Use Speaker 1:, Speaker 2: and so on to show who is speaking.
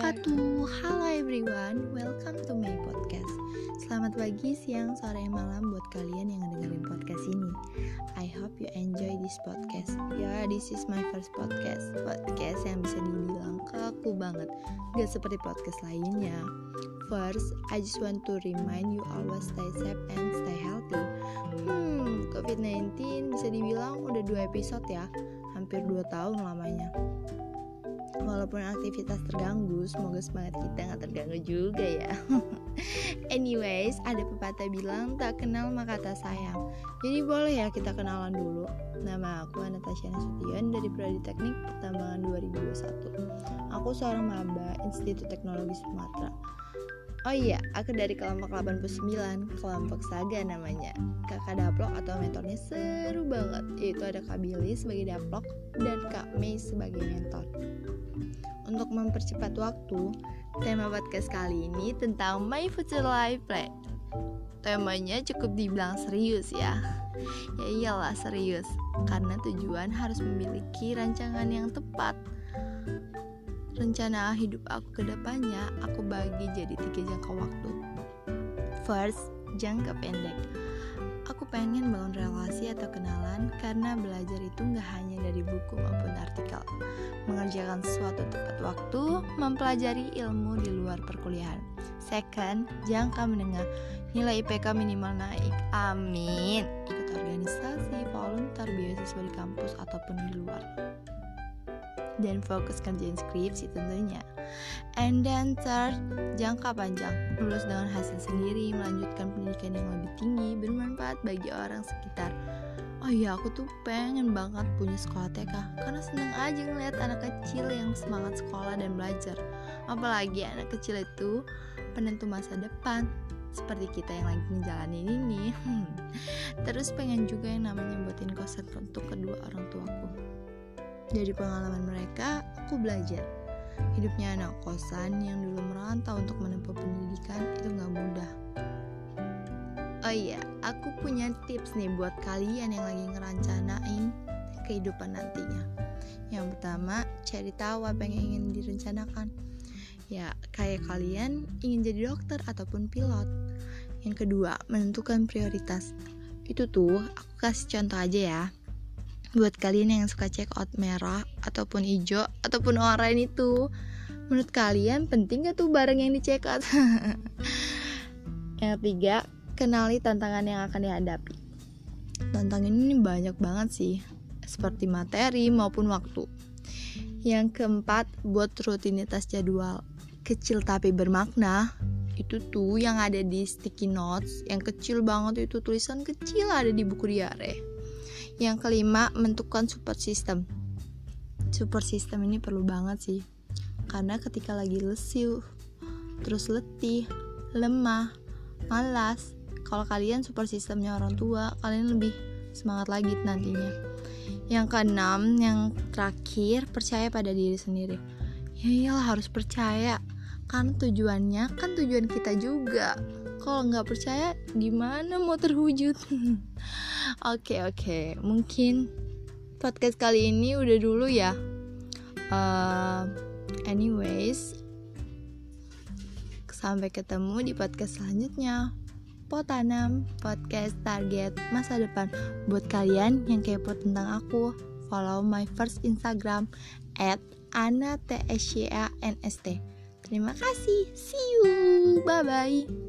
Speaker 1: wabarakatuh. Halo everyone, welcome to my podcast. Selamat pagi, siang, sore, malam buat kalian yang ngedengerin podcast ini. I hope you enjoy this podcast. This is my first podcast yang bisa dibilang kaku banget, gak seperti podcast lainnya. First, I just want to remind you always stay safe and stay healthy. COVID-19 bisa dibilang udah 2 episode ya, hampir 2 tahun lamanya. Walaupun aktivitas terganggu, semoga semangat kita gak terganggu juga ya. Anyways, ada pepatah bilang tak kenal maka tak sayang. Jadi boleh ya kita kenalan dulu. Nama aku Anastasia Nasution dari Prodi Teknik Pertambangan 2021. Aku seorang maba Institut Teknologi Sumatera. Oh iya, aku dari kelompok 89, kelompok Saga namanya. Kakak Daplok atau mentornya seru banget, yaitu ada Kak Billy sebagai Daplok dan Kak Mei sebagai mentor. Untuk mempercepat waktu, tema podcast kali ini tentang My Future Life Plan. Temanya cukup dibilang serius ya. Ya iyalah serius, karena tujuan harus memiliki rancangan yang tepat. Rencana hidup aku ke depannya aku bagi jadi 3 jangka waktu. First, jangka pendek. Aku pengen bangun relasi atau kenalan karena belajar itu gak hanya dari buku maupun artikel. Mengerjakan sesuatu tepat waktu, mempelajari ilmu di luar perkuliahan. Second, jangka menengah. Nilai IPK minimal naik. Amin. Ikut organisasi, volunteer, beasiswa di kampus ataupun di luar. Dan fokus kerjain skripsi tentunya. And then third, jangka panjang, lulus dengan hasil sendiri, melanjutkan pendidikan yang lebih tinggi, bermanfaat bagi orang sekitar. Oh iya, aku tuh pengen banget punya sekolah TK, karena seneng aja ngeliat anak kecil yang semangat sekolah dan belajar. Apalagi anak kecil itu penentu masa depan, seperti kita yang lagi ngejalanin ini. Terus pengen juga yang namanya buatin kosan untuk kedua orang tuaku. Dari pengalaman mereka, aku belajar. Hidupnya anak kosan yang dulu merantau untuk menempuh pendidikan itu gak mudah. Oh iya, aku punya tips nih buat kalian yang lagi ngerancanain kehidupan nantinya. Yang pertama, cari tahu apa yang ingin direncanakan. Ya, kayak kalian ingin jadi dokter ataupun pilot. Yang kedua, menentukan prioritas. Itu tuh, aku kasih contoh aja ya. Buat kalian yang suka check out merah ataupun hijau ataupun oranye itu, menurut kalian penting gak tuh barang yang di check out? Yang ketiga, kenali tantangan yang akan dihadapi. Tantangan ini banyak banget sih, seperti materi maupun waktu. Yang keempat, buat rutinitas jadwal kecil tapi bermakna. Itu tuh yang ada di sticky notes, yang kecil banget itu, tulisan kecil ada di buku diare. Yang kelima, menentukan support system. Support system ini perlu banget sih, karena ketika lagi lesu, terus letih, lemah, malas, kalau kalian support systemnya orang tua, kalian lebih semangat lagi nantinya. Yang keenam, yang terakhir, percaya pada diri sendiri. Ya iyalah harus percaya, karena tujuannya kan tujuan kita juga. Kalau nggak percaya, gimana mau terwujud? Oke, mungkin podcast kali ini udah dulu ya. Anyways, sampai ketemu di podcast selanjutnya. Potanam, podcast target masa depan. Buat kalian yang kepo tentang aku, follow my first Instagram @anatsyanst. Terima kasih, see you, bye bye.